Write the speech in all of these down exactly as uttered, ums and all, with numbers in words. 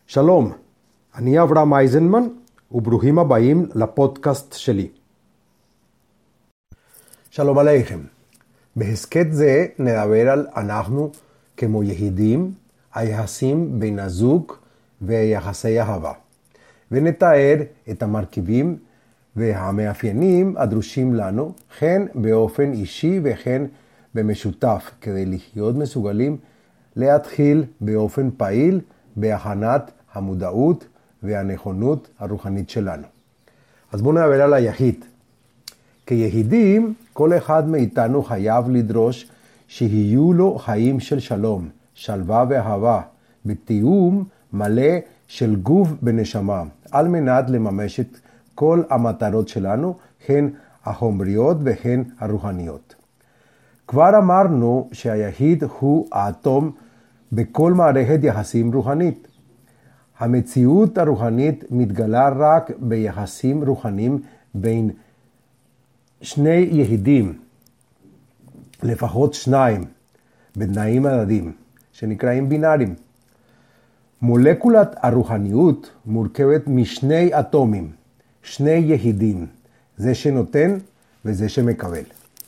שלום, אני אברהם אייזנמן, וברוכים הבאים לפודקאסט שלי. שלום עליכם. בהסכת זה נדבר על אנחנו כמו יחידים, היחסים בין הזוג ויחסי אהבה, ונתאר את המרכיבים והמאפיינים הדרושים לנו, הן באופן אישי וכן במשותף, כדי לחיות מסוגלים להתחיל באופן פעיל בהכנת המודעות והנכונות הרוחנית שלנו. אז בואו נדבר על היחיד. כיחידים, כל אחד מאיתנו חייב לדרוש שיהיו לו חיים של שלום, שלווה ואהבה, בתיאום מלא של גוף ונשמה, על מנת לממש את כל המטרות שלנו, הן החומריות והן הרוחניות. כבר אמרנו שהיחיד הוא האטום בכל מערכת יחסים רוחנית. המציאות הרוחנית מתגלה רק ביחסים רוחניים בין שני יחידים, לפחות שניים, בתנאים הדדיים, שנקראים בינאריים. מולקולת הרוחניות מורכבת משני אטומים, שני יחידים, זה שנותן וזה שמקבל.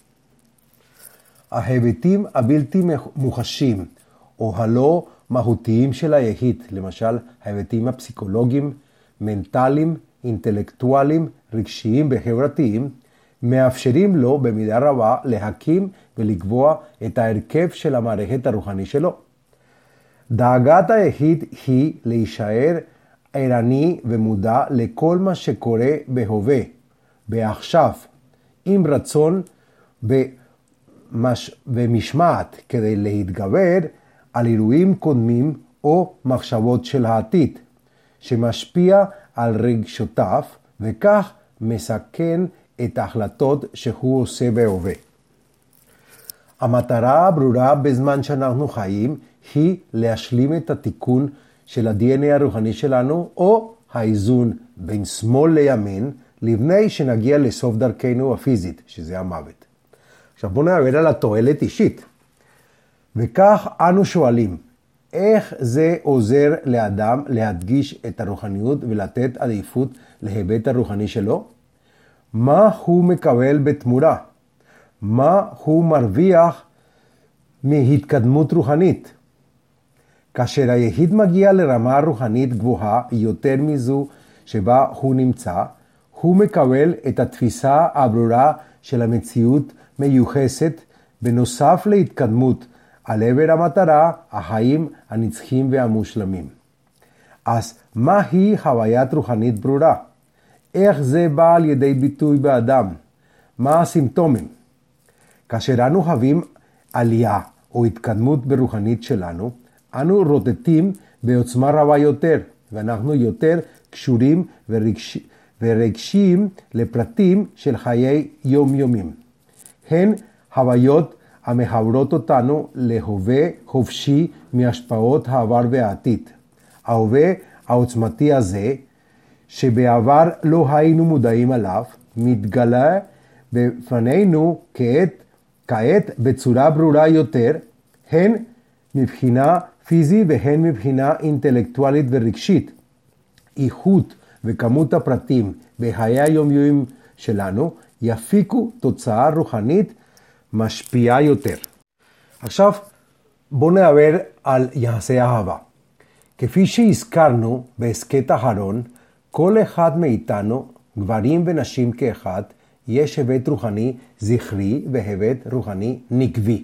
ההיבטים הבלתי מוחשים או הלא מהותיים של היחיד, למשל ההיבטים הפסיכולוגיים, מנטליים, אינטלקטואליים, רגשיים וחברתיים, מאפשרים לו במידה רבה להקים ולקבוע את ההרכב של המערכת הרוחני שלו. דאגת היחיד היא להישאר ערני ומודע לכל מה שקורה בהווה, בעכשיו, עם רצון במש... ומשמעת כדי להתגבר על אירועים קודמים או מחשבות של העתיד, שמשפיע על רגשותיו וכך מסכן את ההחלטות שהוא עושה בהווה. המטרה הברורה בזמן שאנחנו חיים היא להשלים את התיקון של ה-די אן איי הרוחני שלנו, או האיזון בין שמאל לימין, לפני שנגיע לסוף דרכנו הפיזית, שזה המוות. עכשיו בואו נדבר על התועלת אישית. וכך אנו שואלים, איך זה עוזר לאדם להדגיש את הרוחניות ולתת עדיפות להיבט הרוחני שלו? מה הוא מקבל בתמורה? מה הוא מרוויח מהתקדמות רוחנית? כאשר היחיד מגיע לרמה רוחנית גבוהה יותר מזו שבה הוא נמצא, הוא מקבל את התפיסה הברורה של המציאות מיוחסת בנוסף להתקדמות על עבר המטרה, החיים הנצחיים והמושלמים. אז מהי חוויית רוחנית ברורה? איך זה בא על ידי ביטוי באדם? מה הסימפטומים? כאשר אנו חווים עלייה או התקדמות ברוחנית שלנו, אנו רוטטים בעוצמה רבה יותר, ואנחנו יותר קשורים ורגש... ורגשיים לפרטים של חיי יום-יומים. הן חוויות המחברות אותנו להווה חופשי מהשפעות העבר והעתיד. ההווה העוצמתי הזה, שבעבר לא היינו מודעים עליו, מתגלה בפנינו כעת, כעת בצורה ברורה יותר, הן מבחינה פיזית והן מבחינה אינטלקטואלית ורגשית. איכות וכמות הפרטים בחיי היומיומיים שלנו יפיקו תוצאה רוחנית משפיעה יותר. עכשיו בואו נדבר על יחסי אהבה. כפי שהזכרנו בהסכת האחרון, כל אחד מאיתנו, גברים ונשים כאחד, יש היבט רוחני זכרי והיבט רוחני נקבי.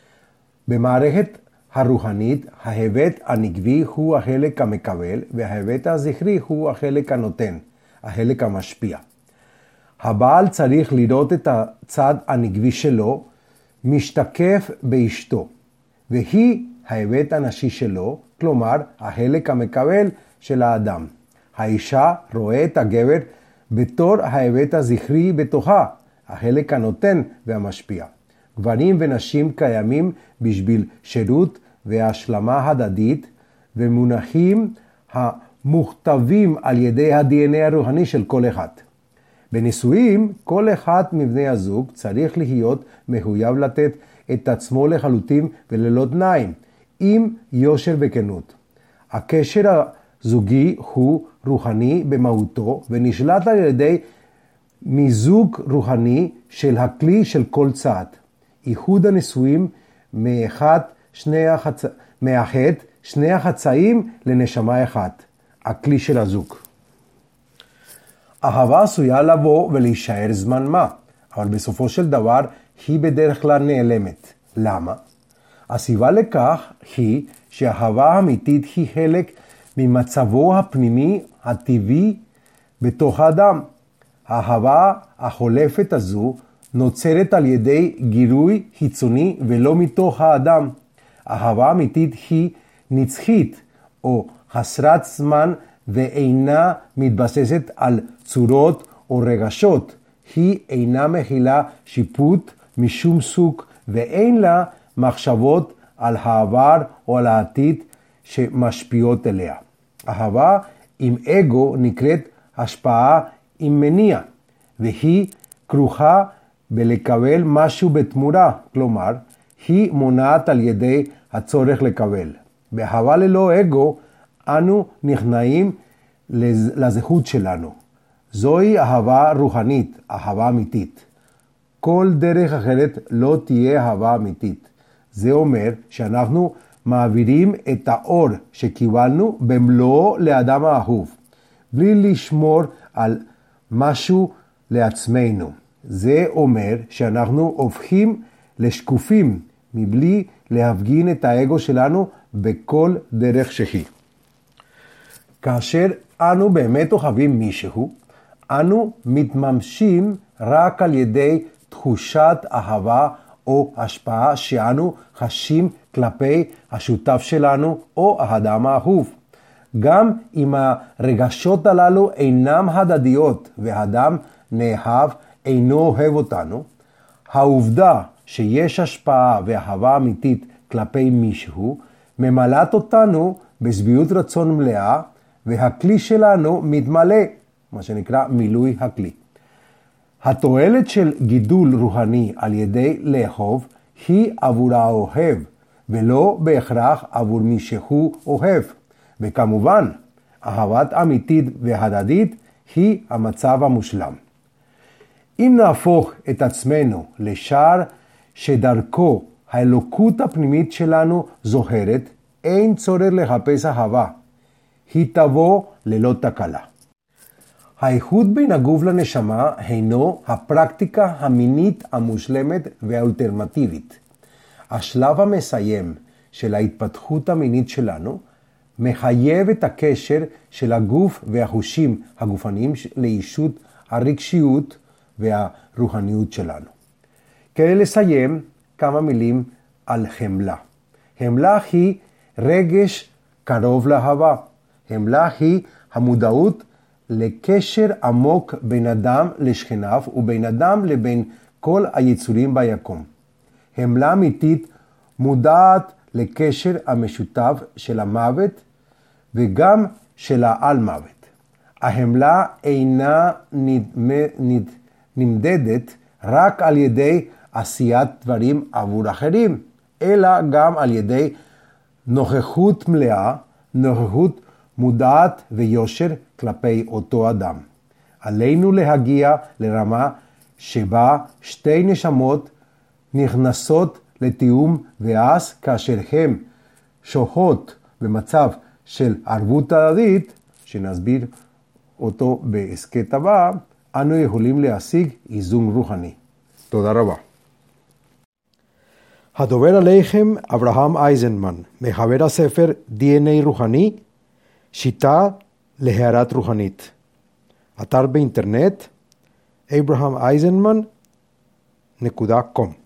במערכת הרוחנית, ההיבט הנקבי הוא החלק המקבל, וההיבט הזכרי הוא החלק הנותן, החלק המשפיע. הבעל צריך לראות את הצד הנקבי שלו משתקף באשתו, והיא ההיבט הנשי שלו, כלומר החלק המקבל של האדם. האישה רואה את הגבר בתור ההיבט הזכרי בתוכה, החלק הנותן והמשפיע. גברים ונשים קיימים בשביל שירות והשלמה הדדית, ומונחים המוכתבים על ידי ה-די אן איי הרוחני של כל אחד. בנישואים, כל אחד מבני הזוג צריך להיות מחויב לתת את עצמו לחלוטין וללא תנאים, עם יושר וכנות. הקשר זוגי הוא רוחני במהותו, ונשלט על ידי מיזוג רוחני של הכלי של כל צד. איחוד הנישואים מאחד שני, החצ... מאחד שני החצאים לנשמה אחת, הכלי של הזוג. אהבה עשויה לבוא ולהישאר זמן מה, אבל בסופו של דבר היא בדרך כלל נעלמת. למה? הסיבה לכך היא שהאהבה האמיתית היא חלק ממצבו הפנימי הטבעי בתוך האדם. האהבה החולפת הזו נוצרת על ידי גירוי חיצוני ולא מתוך האדם. אהבה אמיתית היא נצחית או חסרת זמן ואינה מתבססת על צורות או רגשות. היא אינה מכילה שיפוט משום סוג ואין לה מחשבות על העבר או על העתיד שמשפיעות אליה. אהבה עם אגו נקראת השפעה עם מניע, והיא כרוכה בלקבל משהו בתמורה, כלומר, היא מונעת על ידי הצורך לקבל. באהבה ללא אגו, אנו נכנעים לזהות שלנו. זוהי אהבה רוחנית, אהבה אמיתית. כל דרך אחרת לא תהיה אהבה אמיתית. זה אומר שאנחנו מעבירים את האור שקיבלנו במלואו לאדם האהוב, בלי לשמור על משהו לעצמנו. זה אומר שאנחנו הופכים לשקופים, מבלי להפגין את האגו שלנו בכל דרך שהיא. כאשר אנו באמת אוהבים מישהו, אנו מתממשים רק על ידי תחושת אהבה או השפעה שאנו חשים כלפי השותף שלנו או האדם האהוב. גם אם הרגשות הללו אינם הדדיות והאדם נאהב אינו אוהב אותנו, העובדה שיש השפעה ואהבה אמיתית כלפי מישהו ממלאת אותנו בשביעות רצון מלאה, והכלי שלנו מתמלא, מה שנקרא מילוי הכלי. התועלת של גידול רוחני על ידי לאהוב היא עבור האוהב, ולא בהכרח עבור מי שהוא אוהב. וכמובן, אהבת אמיתית והדדית היא המצב המושלם. אם נהפוך את עצמנו לשער שדרכו האלוקות הפנימית שלנו זוהרת, אין צורך לחפש אהבה. היא תבוא ללא תקלה. האיחוד בין הגוף לנשמה הינו הפרקטיקה המינית המושלמת והאולטימטיבית. השלב המסיים של ההתפתחות המינית שלנו מחייב את הקשר של הגוף והחושים הגופניים לאישות הרגשיות והרוחניות שלנו. כדי לסיים, כמה מילים על חמלה. חמלה היא רגש קרוב לאהבה. חמלה היא המודעות לקשר עמוק בין אדם לשכניו ובין אדם לבין כל היצורים ביקום. חמלה אמיתית מודעת לקשר המשותף של המוות וגם של העל מוות. החמלה אינה נמדדת רק על ידי עשיית דברים עבור אחרים, אלא גם על ידי נוכחות מלאה, נוכחות מודעת ויושר כלפי אותו אדם. עלינו להגיע לרמה שבה שתי נשמות נכנסות לתיאום ואז כאשר הן שוהות במצב של ערבות הדדית, שנסביר אותו בהסקט הבא, אנו יכולים להשיג איזון רוחני. תודה רבה. הדובר עליכם אברהם אייזנמן, מחבר הספר די אן איי רוחני, שיטה להארת רוחנית. אתר באינטרנט אברהם אייזנמן נקודה קום